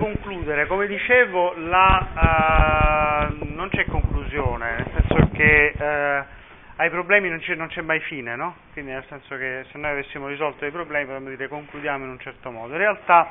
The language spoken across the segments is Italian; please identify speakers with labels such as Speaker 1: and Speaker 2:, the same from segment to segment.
Speaker 1: concludere, come dicevo, non c'è conclusione, nel senso che ai problemi non c'è mai fine, no? Quindi nel senso che se noi avessimo risolto i problemi potremmo dire concludiamo in un certo modo. In realtà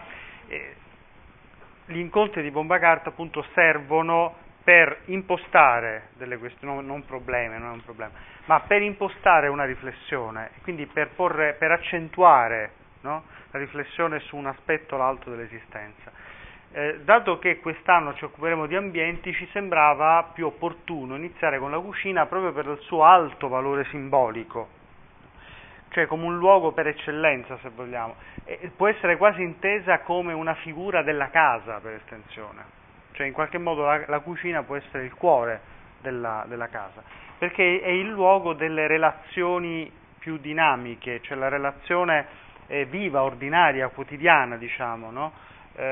Speaker 1: gli incontri di bomba carta appunto servono per impostare delle questioni, non problemi, non è un problema, ma per impostare una riflessione, quindi per accentuare, no, la riflessione su un aspetto o l'altro dell'esistenza. Dato che quest'anno ci occuperemo di ambienti, ci sembrava più opportuno iniziare con la cucina proprio per il suo alto valore simbolico, cioè come un luogo per eccellenza, se vogliamo. Può essere quasi intesa come una figura della casa, per estensione, cioè in qualche modo la cucina può essere il cuore della casa, perché è il luogo delle relazioni più dinamiche, cioè la relazione viva, ordinaria, quotidiana, diciamo, no?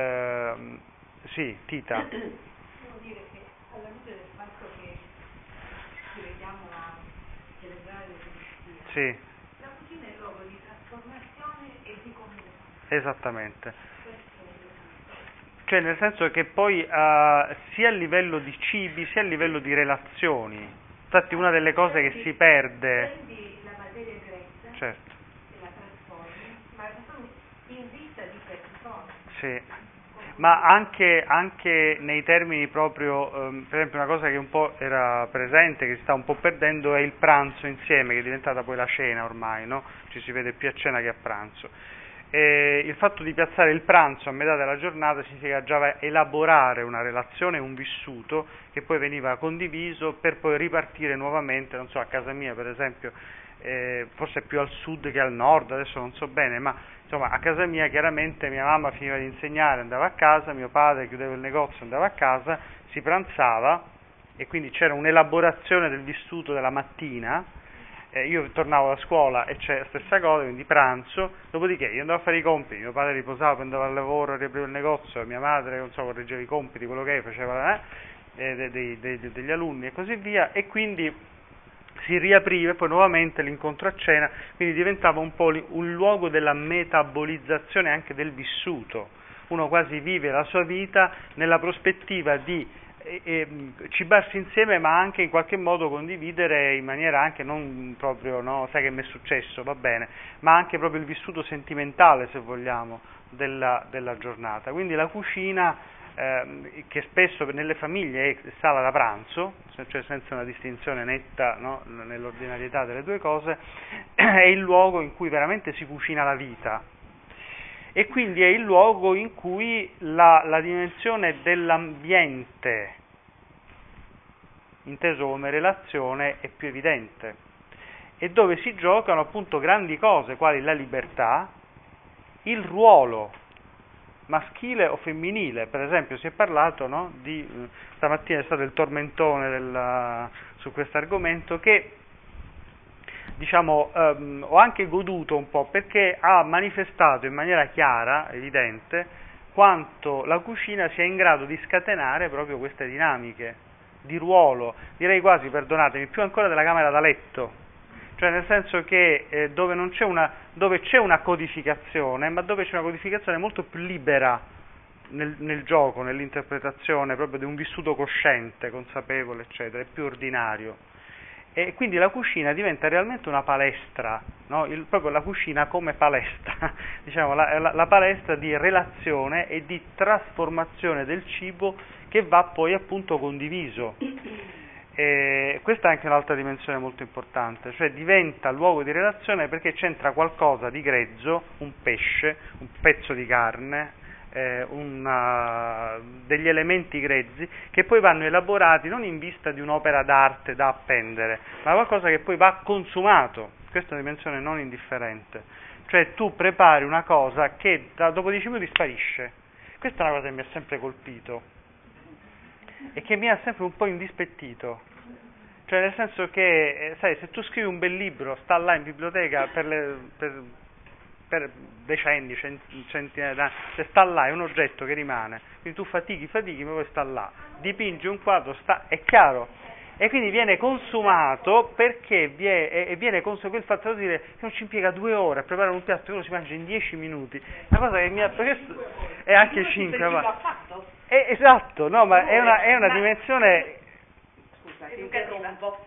Speaker 1: Sì, Tita.
Speaker 2: Devo dire che alla luce del fatto che ci vediamo a celebrare l'Eucaristia,
Speaker 1: Sì,
Speaker 2: la cucina è il luogo di trasformazione e di comunione.
Speaker 1: esattamente.
Speaker 2: Questo è
Speaker 1: Cioè nel senso che poi sia a livello di cibi sia a livello di relazioni, infatti una delle cose che si perde,
Speaker 2: prendi la materia grezza
Speaker 1: certo,
Speaker 2: e la trasformi, ma sono in vista di persone.
Speaker 1: sì, ma anche nei termini proprio, per esempio una cosa che un po' era presente, che si sta un po' perdendo, è il pranzo insieme, che è diventata poi la cena ormai, no? Ci si vede più a cena che a pranzo. Il fatto di piazzare il pranzo a metà della giornata significa già elaborare una relazione, un vissuto che poi veniva condiviso per poi ripartire nuovamente, non so, a casa mia per esempio, forse più al sud che al nord, adesso non so bene, ma insomma a casa mia chiaramente mia mamma finiva di insegnare, andava a casa, mio padre chiudeva il negozio, andava a casa, si pranzava e quindi c'era un'elaborazione del vissuto della mattina. Io tornavo da scuola e c'è la stessa cosa, quindi pranzo, dopodiché io andavo a fare i compiti, mio padre riposava, poi andava al lavoro, riapriva il negozio, mia madre, non so, correggeva i compiti, quello che faceva degli alunni e così via, e quindi si riapriva e poi nuovamente l'incontro a cena, quindi diventava un po' un luogo della metabolizzazione anche del vissuto, uno quasi vive la sua vita nella prospettiva di cibarsi insieme, ma anche in qualche modo condividere in maniera anche non proprio, no, sai che mi è successo, va bene, ma anche proprio il vissuto sentimentale, se vogliamo, della giornata. Quindi la cucina, che spesso nelle famiglie è sala da pranzo, cioè senza una distinzione netta, no, nell'ordinarietà delle due cose, è il luogo in cui veramente si cucina la vita. E quindi è il luogo in cui la dimensione dell'ambiente, inteso come relazione, è più evidente, e dove si giocano appunto grandi cose, quali la libertà, il ruolo maschile o femminile. Per esempio si è parlato, no, stamattina è stato il tormentone su questo argomento, che diciamo, ho anche goduto un po' perché ha manifestato in maniera chiara, evidente, quanto la cucina sia in grado di scatenare proprio queste dinamiche di ruolo, direi quasi, perdonatemi, più ancora della camera da letto, cioè nel senso che dove c'è una codificazione, ma dove c'è una codificazione molto più libera nel gioco, nell'interpretazione proprio di un vissuto cosciente, consapevole, eccetera, è più ordinario. E quindi la cucina diventa realmente una palestra, no? Proprio la cucina come palestra, diciamo, la palestra di relazione e di trasformazione del cibo che va poi appunto condiviso. E questa è anche un'altra dimensione molto importante, cioè diventa luogo di relazione perché c'entra qualcosa di grezzo, un pesce, un pezzo di carne, degli elementi grezzi che poi vanno elaborati non in vista di un'opera d'arte da appendere, ma qualcosa che poi va consumato. Questa è una dimensione non indifferente, cioè tu prepari una cosa che dopo 10 minuti sparisce. Questa è una cosa che mi ha sempre colpito e che mi ha sempre un po' indispettito, cioè nel senso che sai, se tu scrivi un bel libro sta là in biblioteca per decenni, centinaia d'anni, cioè sta là, è un oggetto che rimane, quindi tu fatichi, ma poi sta là, dipingi un quadro, è chiaro e quindi viene consumato perché viene consumato quel fatto di dire che non ci impiega 2 ore a preparare un piatto che uno si mangia in 10 minuti, una cosa che mi ha è anche 5, ma esatto, no, ma è una dimensione.
Speaker 2: Scusa, ti interrompo.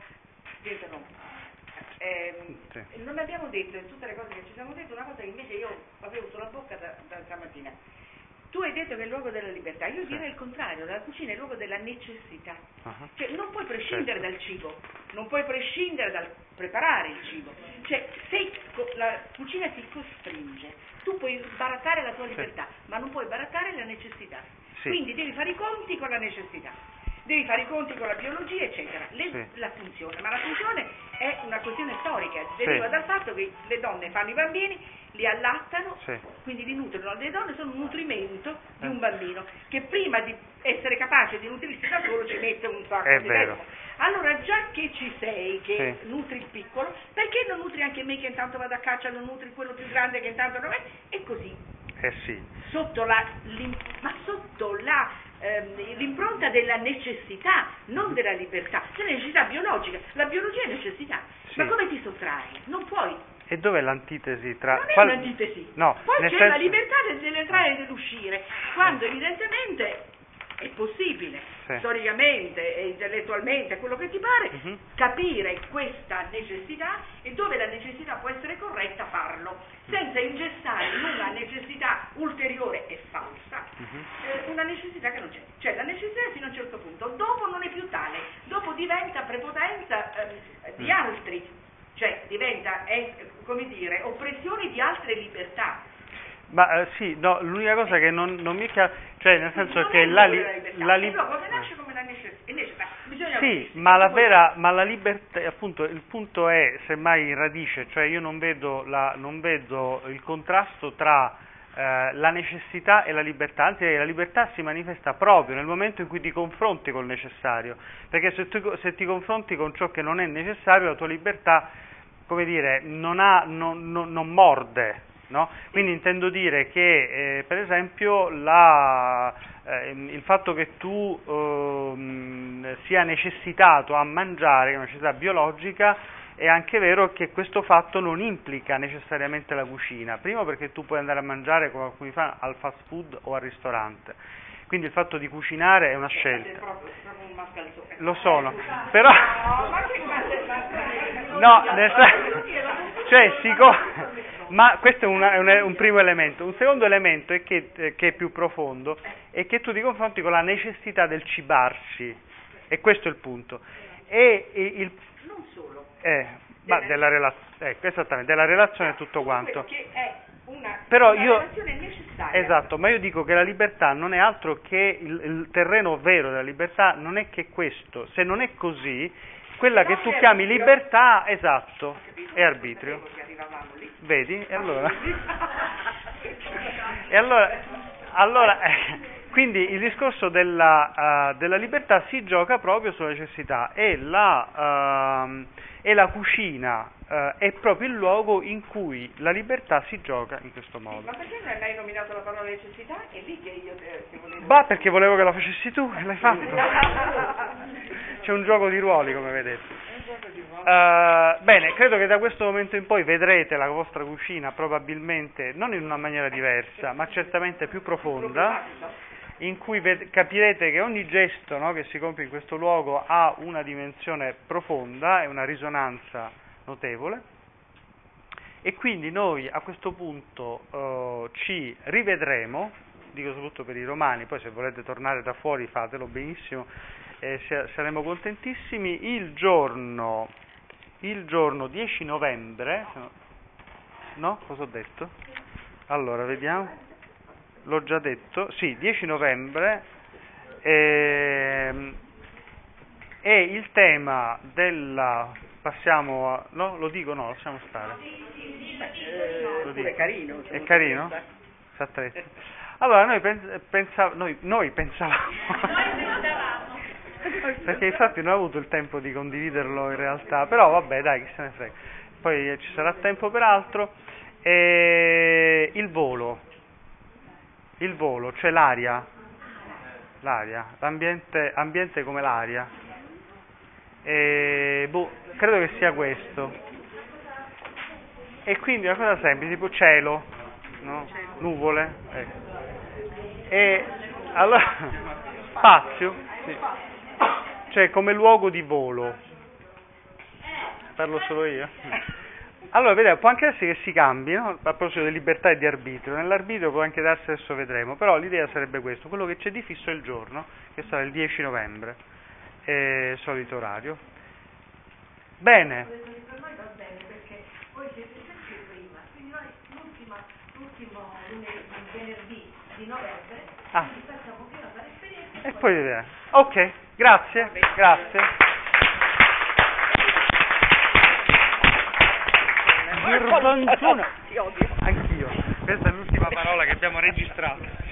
Speaker 1: Sì.
Speaker 2: Non abbiamo detto in tutte le cose che ci siamo detto una cosa che invece io avevo sulla bocca da stamattina. Tu hai detto che è il luogo della libertà, io direi il contrario, la cucina è il luogo della necessità. Cioè non puoi prescindere dal cibo, non puoi prescindere dal preparare il cibo. Cioè se la cucina ti costringe, tu puoi barattare la tua libertà, ma non puoi barattare la necessità. Quindi devi fare i conti con la necessità. Devi fare i conti con la biologia, eccetera. La funzione, ma la funzione è una questione storica, deriva dal fatto che le donne fanno i bambini, li allattano, quindi li nutrono. Le donne sono un nutrimento di un bambino, che prima di essere capace di nutrirsi da solo ci mette un sacco di tempo. Allora, già che ci sei, che nutri il piccolo, perché non nutri anche me che intanto vado a caccia, non nutri quello più grande che intanto non è? E così. Sotto l'impronta della necessità, non della libertà, c'è necessità biologica, la biologia è necessità, ma come ti sottrai? Non puoi.
Speaker 1: E dov'è l'antitesi tra...
Speaker 2: Non è un'antitesi,
Speaker 1: no,
Speaker 2: poi c'è la libertà dell'entrare e dell'uscire, quando evidentemente è possibile, storicamente e intellettualmente, quello che ti pare, capire questa necessità e dove la necessità può essere corretta farlo, senza ingessare in una necessità ulteriore e falsa, una necessità che non c'è. Cioè la necessità fino a un certo punto, dopo non è più tale, dopo diventa prepotenza di altri, cioè diventa, come dire, oppressione di altre libertà.
Speaker 1: Ma sì, no, l'unica cosa che non mi è chiaro, cioè nel senso che la libertà
Speaker 2: nasce come la necessità.
Speaker 1: Sì, ma la libertà, appunto, il punto è semmai in radice, cioè io non vedo il contrasto tra la necessità e la libertà, anzi la libertà si manifesta proprio nel momento in cui ti confronti col necessario, perché se ti confronti con ciò che non è necessario, la tua libertà, come dire, non morde. No? Quindi intendo dire che per esempio il fatto che tu sia necessitato a mangiare, che è una necessità biologica, è anche vero che questo fatto non implica necessariamente la cucina, primo perché tu puoi andare a mangiare, come alcuni fanno, al fast food o al ristorante, quindi il fatto di cucinare è una scelta. Lo sono, però no, cioè ma questo è un primo elemento. Un secondo elemento è che è più profondo, è che tu ti confronti con la necessità del cibarsi, e questo è il punto.
Speaker 2: Non solo.
Speaker 1: Esattamente, della relazione e tutto quanto.
Speaker 2: Che è una
Speaker 1: relazione
Speaker 2: necessaria.
Speaker 1: Esatto, ma io dico che la libertà non è altro che il terreno vero della libertà, non è che questo. Se non è così, quella che tu chiami libertà, esatto, è arbitrio. Vedi? E allora, quindi il discorso della libertà si gioca proprio sulla necessità e la cucina è proprio il luogo in cui la libertà si gioca in questo modo.
Speaker 2: Ma perché non hai nominato la parola necessità? È lì che io ti volevo...
Speaker 1: Bah, perché volevo che la facessi tu, e l'hai fatto. C'è un gioco di ruoli, come vedete. Bene, credo che da questo momento in poi vedrete la vostra cucina probabilmente non in una maniera diversa, ma certamente più profonda, in cui capirete che ogni gesto, no, che si compie in questo luogo ha una dimensione profonda e una risonanza notevole, e quindi noi a questo punto ci rivedremo, dico soprattutto per i romani, poi se volete tornare da fuori fatelo benissimo, saremo contentissimi, il giorno 10 novembre, no? Cosa ho detto? Allora, vediamo, l'ho già detto, sì, 10 novembre, e il tema no, lo dico, no, lasciamo stare. Lo dico.
Speaker 2: È carino.
Speaker 1: È carino? Allora, noi pensavamo, perché infatti non ho avuto il tempo di condividerlo in realtà, però vabbè, dai, chi se ne frega, poi ci sarà tempo per altro. Il volo, cioè l'aria, l'ambiente come l'aria, Credo che sia questo. E quindi una cosa semplice, tipo cielo, no? Nuvole, ecco. E allora spazio, sì. Cioè come luogo di volo. Parlo solo io? Allora, vedete, può anche essere che si cambi, no? A proposito di libertà e di arbitrio. Nell'arbitrio può anche darsi, adesso vedremo, però l'idea sarebbe questo, quello che c'è di fisso è il giorno, che sarà il 10 novembre, solito orario. Bene.
Speaker 2: Per noi va bene, perché voi siete sempre prima, quindi noi l'ultimo venerdì di novembre facciamo prima fare esperienza
Speaker 1: e poi vedere. Ok, grazie, grazie. Anch'io. Questa è l'ultima parola che abbiamo registrato.